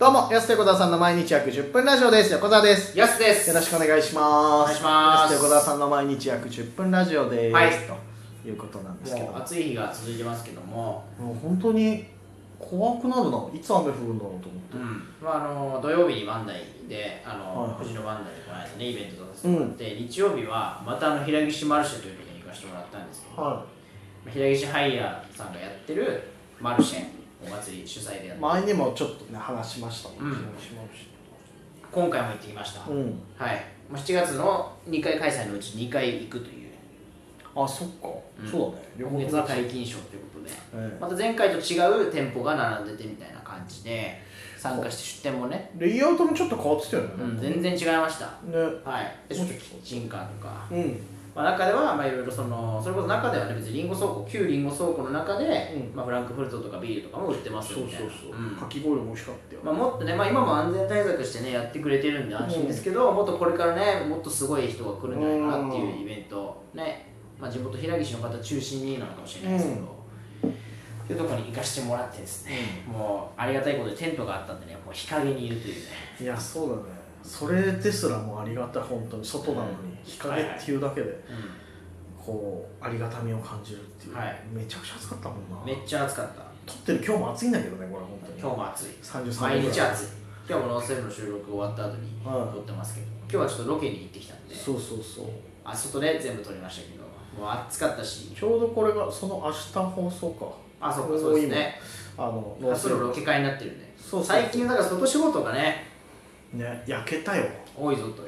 どうも、安手横澤さんの毎日約10分ラジオです。横澤です。 やすです。 よろしくお願いします。 お願いします。 安手横澤さんの毎日約10分ラジオです。 はい。 ということなんですけど。 もう暑い日が続いてますけども。 もう本当に怖くなるな。いつ雨降るんだろうと思って。 土曜日にバンダイで、 はい富士のバンダイでこの間ね、イベントとかさせてもらって、日曜日はまた平岸マルシェというところに行かせてもらったんですけど、 は平岸ハイヤーさんがやってるマルシェ、お祭り主催でやって前にもちょっとね、話しましたもん。 今回も行ってきました。はい。7月の2回開催のうち2回行くという。 あ、そっか。そうだね。 今月は解禁賞ということで、また前回と違う店舗が並んでてみたいな感じで参加して出店もね、 レイアウトもちょっと変わってたよね。 全然違いました。 ね。 はい。で、ちょっとキッチンカーとか。 中ではいろいろそれこそ中ではね、別にリンゴ倉庫、旧リンゴ倉庫の中で、フランクフルトとかビールとかも売ってますよみたいな。 かき氷も美味しかったよ。 もっとね、今も安全対策してね、やってくれてるんで安心ですけど、もっとこれからね、もっとすごい人が来るんじゃないかなっていうイベント、ね、地元平岸の方中心になのかもしれないですけど、っていうところに行かせてもらってですね、もうありがたいことでテントがあったんでね、もう日陰にいるというね。 いや、そうだね。それですらもありがたい、本当に外なのに日陰っていうだけで。こうありがたみを感じるっていう、めちゃくちゃ暑かったもんな。 めっちゃ暑かった。 撮ってる今日も暑いんだけどね、これ本当に。 今日も暑い。 33 毎日暑い。今日もノーセルの収録終わった後に撮ってますけど、今日はちょっとロケに行ってきたんで、 そう外で全部撮りましたけど、もう暑かったし、 ちょうどこれがその明日放送か。 そうですね。初のロケ会になってるんで、最近だから外仕事がね、 焼けたよ。 多いぞという。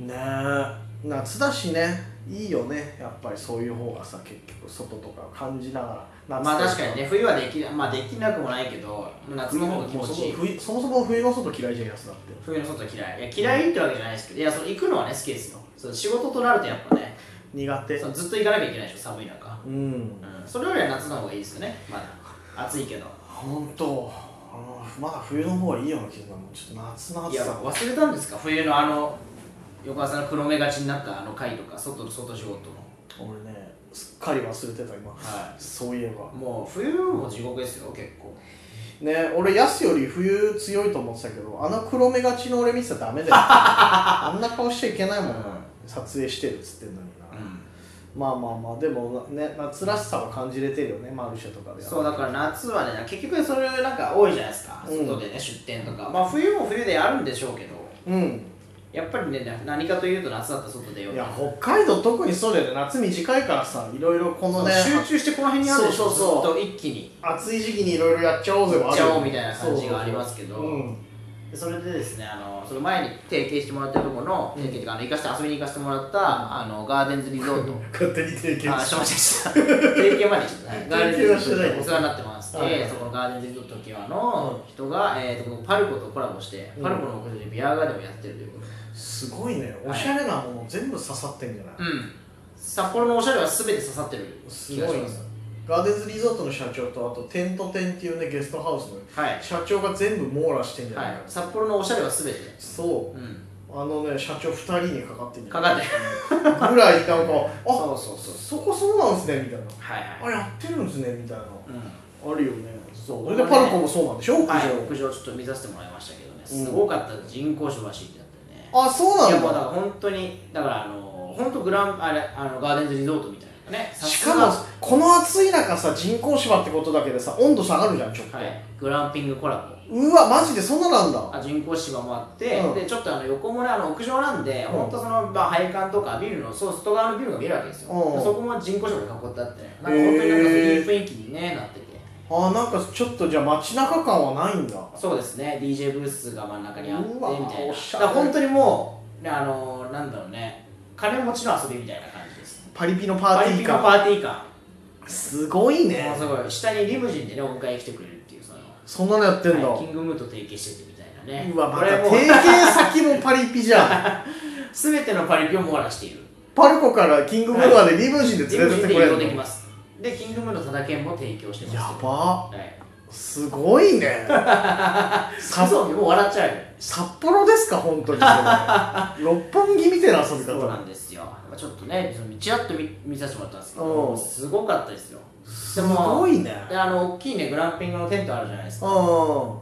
ねえ、夏だしね。いいよね、やっぱりそういう方がさ、結局外とか感じながら。 確かにね、冬はできなくもないけど、夏の方が気持ちいい。 そもそも冬の外嫌いじゃん、やつだって。 冬の外嫌い。嫌いってわけじゃないですけど、行くのはね、好きですよ。仕事となるとやっぱね、 苦手。 ずっと行かなきゃいけないでしょ、寒い中。それよりは夏の方がいいですよね、まだ。暑いけど。 本当、まだ冬の方がいいような気がする。ちょっと夏の暑さ。 いや、忘れたんですか、冬の横川さんの黒目がちになった回とか、外仕事の。 俺ね、すっかり忘れてた今。そういえば。 もう冬も地獄ですよ、結構。 ね、俺ヤスより冬強いと思ってたけど、黒目がちの俺見てたらダメだよ。あんな顔しちゃいけないもん。撮影してるっつってんのにな。でもね、夏らしさは感じれてるよね、マルシェとかで。 そう、だから夏はね、結局それなんか多いじゃないですか、外でね、出店とか。冬も冬であるんでしょうけど、やっぱりね、何かというと夏だったら外でよ。 いや、北海道特にそうだよね。夏短いからさ、いろいろこのね、 集中してこの辺にあるでしょ。そう一気に暑い時期にいろいろやっちゃおうぜ、 やっちゃおうみたいな感じがありますけど、それでですね、その前に提携してもらってるところの提携というか、遊びに行かせてもらったガーデンズリゾート勝手に提携しました提携までしてない。ガーデンズリゾートお世話になってます。そこのガーデンズリゾート時はの人がパルコとコラボして、パルコの屋上でビアガーデンをやってるということで。 すごいね、おしゃれなもの全部刺さってんじゃない？ 札幌のおしゃれは全て刺さってる気がします。 ガーデンズリゾートの社長と、あとテント店っていうね、ゲストハウスの社長が全部網羅してんじゃないか。 札幌のおしゃれは全て。 そう。社長2人にかかってんじゃないか。 ぐらい、なんか、そこそうなんすね、みたいな。やってるんすね、みたいな。あるよね。それでパルコもそうなんでしょ？屋上ちょっと見させてもらいましたけどね、すごかった。人工芝橋ってなってね。 あ、そうなんだ。 いや、もうだから本当に、本当ガーデンズリゾートみたいな。 しかもこの暑い中さ、人工芝ってことだけでさ、温度下がるじゃん、ちょっと。 グランピングコラボ。 うわ、マジでそんななんだ。 人工芝もあって、でちょっと横もね、屋上なんで、本当配管とかビルの外側のビルが見えるわけですよ。そこも人工芝で囲ってあって、なんか本当にいい雰囲気にねなってて。 なんかちょっとじゃあ街中感はないんだ。 そうですね、 DJ ブースが真ん中にあってみたいな。 だから本当にもうなんだろうね、金持ちの遊びみたいな感じです。 パリピのパーティー感。すごいね。 すごい。下にリムジンでね、お迎えに来てくれるっていう、 そんなのやってんだ。 キングムーと提携しててみたいなね。 うわ、また提携先もパリピじゃん。 全てのパリピを網羅している。 パルコからキングムーまでリムジンで連れてってくれるの。 できます。で、キングムーのタダ券も提供してます。 やば。すごいね。 もう笑っちゃうよ。 札幌ですか、本当に。六本木みたいな遊び方。 そうなんですよ。ちょっとね、ちらっと見させてもらったんですけど、すごかったですよ。 すごいね。 大きいね、グランピングのテントあるじゃないですか。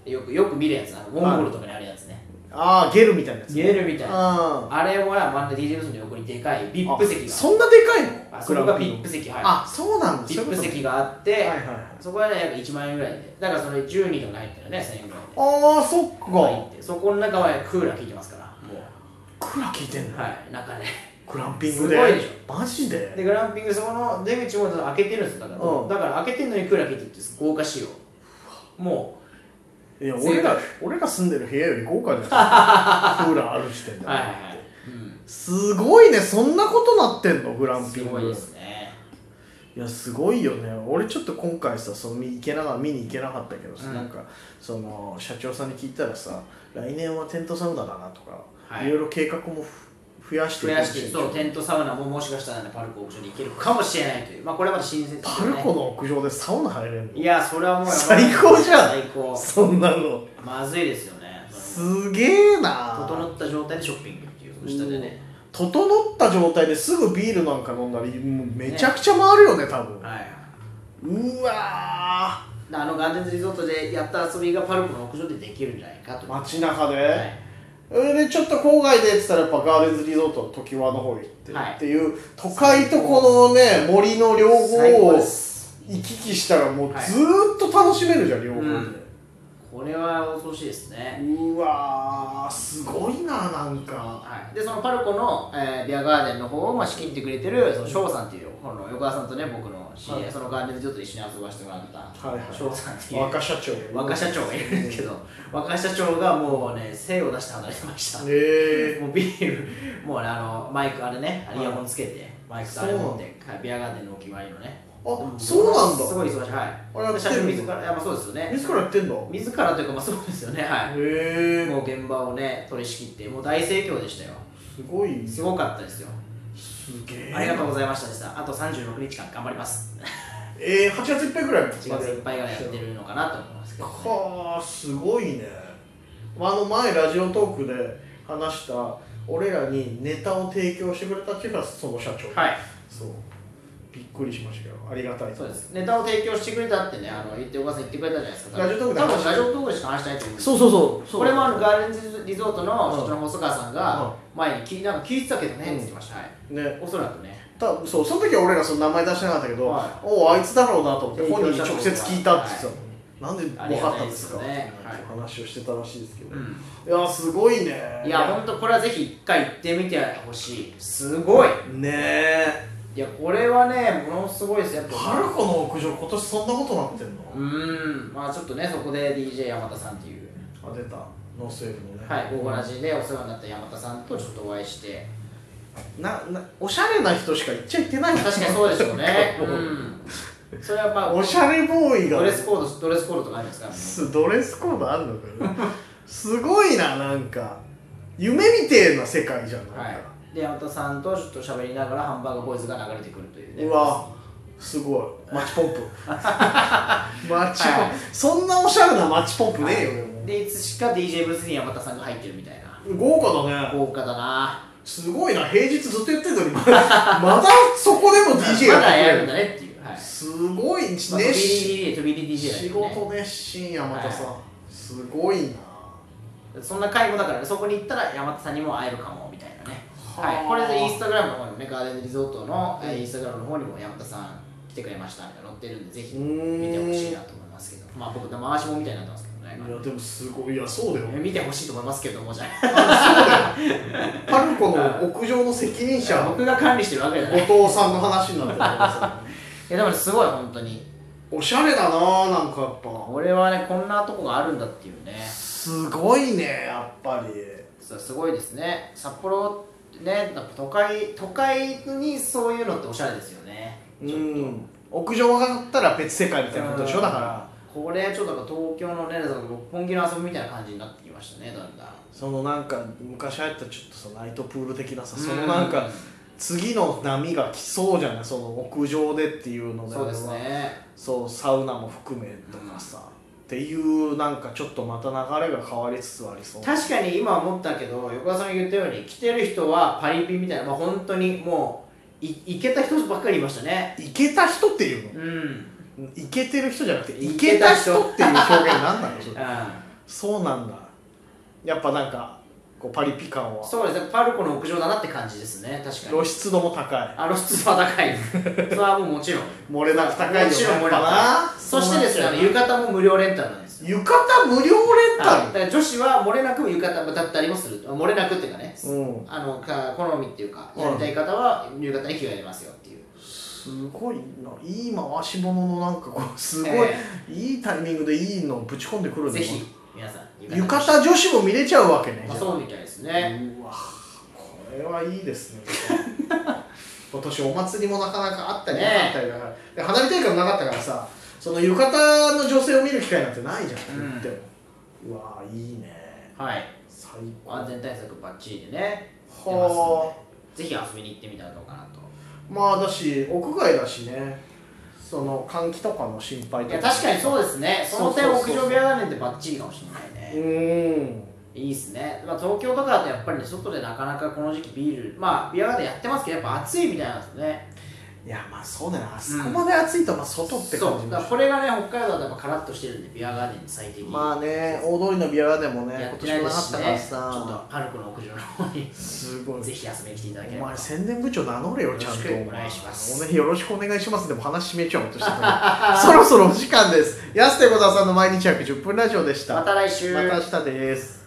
よく見るやつ、モンゴルとかにあるやつね。 ああ、ゲルみたいなやつ、ね、 ゲルみたいな。あれも真ん中 DJ ブースの横にでかい VIP 席が。 そんなでかいの？ そこが VIP 席、はい。 あ、そうなんです。 VIP 席があって、そこはね、約1万円ぐらいで。だからそれ10人とか入ってるね、1000円ぐらいで。 ああ、そっか。 そこの中はクーラー効いてますから。もう。 クーラー効いてんの？ はい、中で。 グランピングで。 すごいでしょ。 マジで？ で、グランピング、そこの出口も開けてるんですよ。だから開けてんのにクーラー効いてるって豪華仕様。もう。 いや、俺が住んでる部屋より豪華じゃないクーラーある時点で。 はいはいはい。 すごいね、そんなことなってんの、グランピング。 すごいですね。 いや、すごいよね。俺ちょっと今回さ、見に行けなかったけどさ、なんかその社長さんに聞いたらさ、来年はテントサウナだなとか、いろいろ計画も増やしてそう、テントサウナももしかしたら、ね、パルコ屋上に行けるかもしれないという、まあこれはまた新鮮ですね。パルコの屋上でサウナ入れるの？ いや、それはもう最高じゃん。 最高。 そんなのまずいですよね。 すげえな。 整った状態でショッピングっていう、その下でね、 整った状態ですぐビールなんか飲んだり、もうめちゃくちゃ回るよね、多分。はい。うわー、ガーデンズリゾートでやった遊びがパルコの屋上でできるんじゃないかと。 街中で、でちょっと郊外でって言ったらやっぱガーデンズリゾートの常盤の方行ってっていう、都会とこのね森の両方を行き来したらもうずーっと楽しめるじゃん、両方で。 これは恐ろしいですね。 うわー、すごいな。なんか、 でそのパルコの、ビアガーデンの方を仕切ってくれてる翔さんっていう、この横川さんとね、僕の知り合い、そのガーデンでちょっと一緒に遊ばせてもらった翔さんっていう若社長がいるんですけど、若社長がもうね精を出して離れてました。もうビール、もうね、マイクあれね、イヤホンつけてマイクとあれ持ってビアガーデンのお決まりのね。 あ、そうなんだ。 すごい忙しい。はい。社長自ら、そうですよね。 自らやってんだ。 自らというか、まあそうですよね。はい。へえ。もう現場をね、取り仕切って、もう大盛況でしたよ。 すごい。 すごかったですよ。 すげえ。 ありがとうございましたでした。あと36日間頑張ります。 8月いっぱいぐらい。 8月いっぱいぐらいやってるのかなと思いますけど、ね。 はあ、すごいね。前ラジオトークで話した俺らにネタを提供してくれたっていうのはその社長。 はい。 そう。びっくりしましたけど、ありがたい。 そうです。ネタを提供してくれたってね、お母さん言ってくれたじゃないですか。 ラジオトークで多分ラジオトークでしか話してないと思うんです。 そう。 これもガーデンズリゾートの社長の細川さんが前になんか聞いてたけどねって言ってました。はい。ね。おそらくね。 そう、その時は俺らその名前出してなかったけど、おお、あいつだろうなと思って本人に直接聞いたって言ってたの。なんで分かったんですかって話をしてたらしいですけど。いや、すごいね。 いや、ほんとこれはぜひ一回行ってみてほしい。すごいねえ。 いや、これはね、ものすごいですよ。 パルコの屋上、今年そんなことなってんの？ まあちょっとね、そこで DJ 山田さんっていう。 あ、出た。ノースウェーブのね。 はい、ゴーゴラジでお世話になった山田さんとちょっとお会いして。 おしゃれな人しか行っちゃいけない。 確かにそうでしょうね。それはやっぱ、 おしゃれボーイが。 ドレスコードとかあるんですか？ ドレスコードあるのかなすごいな、なんか。夢みてえな世界じゃん。 はい。で、山田さんとちょっと喋りながらハンバーガーボーイズが流れてくるというね。 うわ、すごい。マッチポンプ。マッチポンプ。そんなおしゃれなマッチポンプねえよ。 で、いつしか DJ ブースに山田さんが入ってるみたいな。 豪華だね。 豪華だな。 すごいな、平日ずっとやってるのにまだそこでも DJ やってくれるんだねっていう。 すごいね。 飛び入り DJ 仕事熱心山田さん。すごいな。 そんな会もだから、そこに行ったら山田さんにも会えるかもみたいなね。はい、これでインスタグラムの方にもね、ガーデンズリゾートのインスタグラムの方にも山田さん来てくれましたみたいな載ってるんで、ぜひ見てほしいなと思いますけど、まあ僕回しもみたいになってますけどね。 いやでもすごい、いやそうだよ、 見てほしいと思いますけども、じゃあそうだよパルコの屋上の責任者僕が管理してるわけじゃない、 後藤さんの話になってるからいやでもすごい本当におしゃれだな、なんかやっぱ俺はね、こんなとこがあるんだっていうね、 すごいね、やっぱりすごいですね。札幌ね、都会にそういうのっておしゃれですよね。ちょっと屋上があったら別世界みたいなことでしょ。だからこれちょっと東京のね、六本木の遊びみたいな感じになってきましたね、だんだん。 そのなんか昔流行ったちょっとさ、ナイトプール的なさ、そのなんか次の波が来そうじゃない、その屋上でっていうので。 そうですね。 そう、サウナも含めとかさ、っていうなんかちょっとまた流れが変わりつつありそう。 確かに今思ったけど、横川さんが言ったように来てる人はパリピみたいな、まあ本当にもういけた人ばっかりいましたね。 いけた人っていうの、いけてる人じゃなくていけた人っていう表現なんなのそれそうなんだ。やっぱなんかこうパリピ感は。 そうですね、パルコの屋上だなって感じですね、確かに。 露出度も高い。 露出度は高い。それはもうもちろん。 漏れなく高いよね。 もちろん漏れなく高い。そしてですね、浴衣も無料レンタルなんですよ。 浴衣無料レンタル。 だから女子は漏れなく浴衣だったりもする。漏れなくっていうかね、好みっていうか、やりたい方は浴衣に着替えれますよっていう。 すごいな、いい回し物のなんかこうすごい、いいタイミングでいいのぶち込んでくるんで、 ぜひ皆さん浴衣女子も見れちゃうわけね。 そうみたいですね。 うわ、これはいいですね。今年お祭りもなかなかあったりなかったりだから、で花火大会もなかったからさ、その浴衣の女性を見る機会なんてないじゃん、言っても。うわ、いいね。 はい、 最高。 安全対策バッチリでね、 はあ、ぜひ遊びに行ってみたらどうかなと。 まあだし、屋外だしね、その換気とかの心配とか。 いや確かにそうですね、その点屋上ビアガーデンってバッチリかもしれないね。いいっすね。まあ、東京とかだとやっぱりね、外でなかなかこの時期ビール、まあビアガーデンやってますけど、やっぱ暑いみたいなんですよね。 いや、まあそうだよな、あそこまで暑いとまあ外って感じ。 だからこれがね、北海道だとやっぱカラッとしてるんで、ビアガーデンに最適。 まあね、大通りのビアガーデンもね、今年もなかったからさ、 ちょっとパルコの屋上の方にすごい、 ぜひ遊びに来ていただければ。 お前宣伝部長名乗れよ、ちゃんと。 よろしくお願いします。 よろしくお願いします。でも話締めちゃおうとしてたそろそろお時間です。安手小沢さんの毎日約10分ラジオでした。 また来週。 また明日です。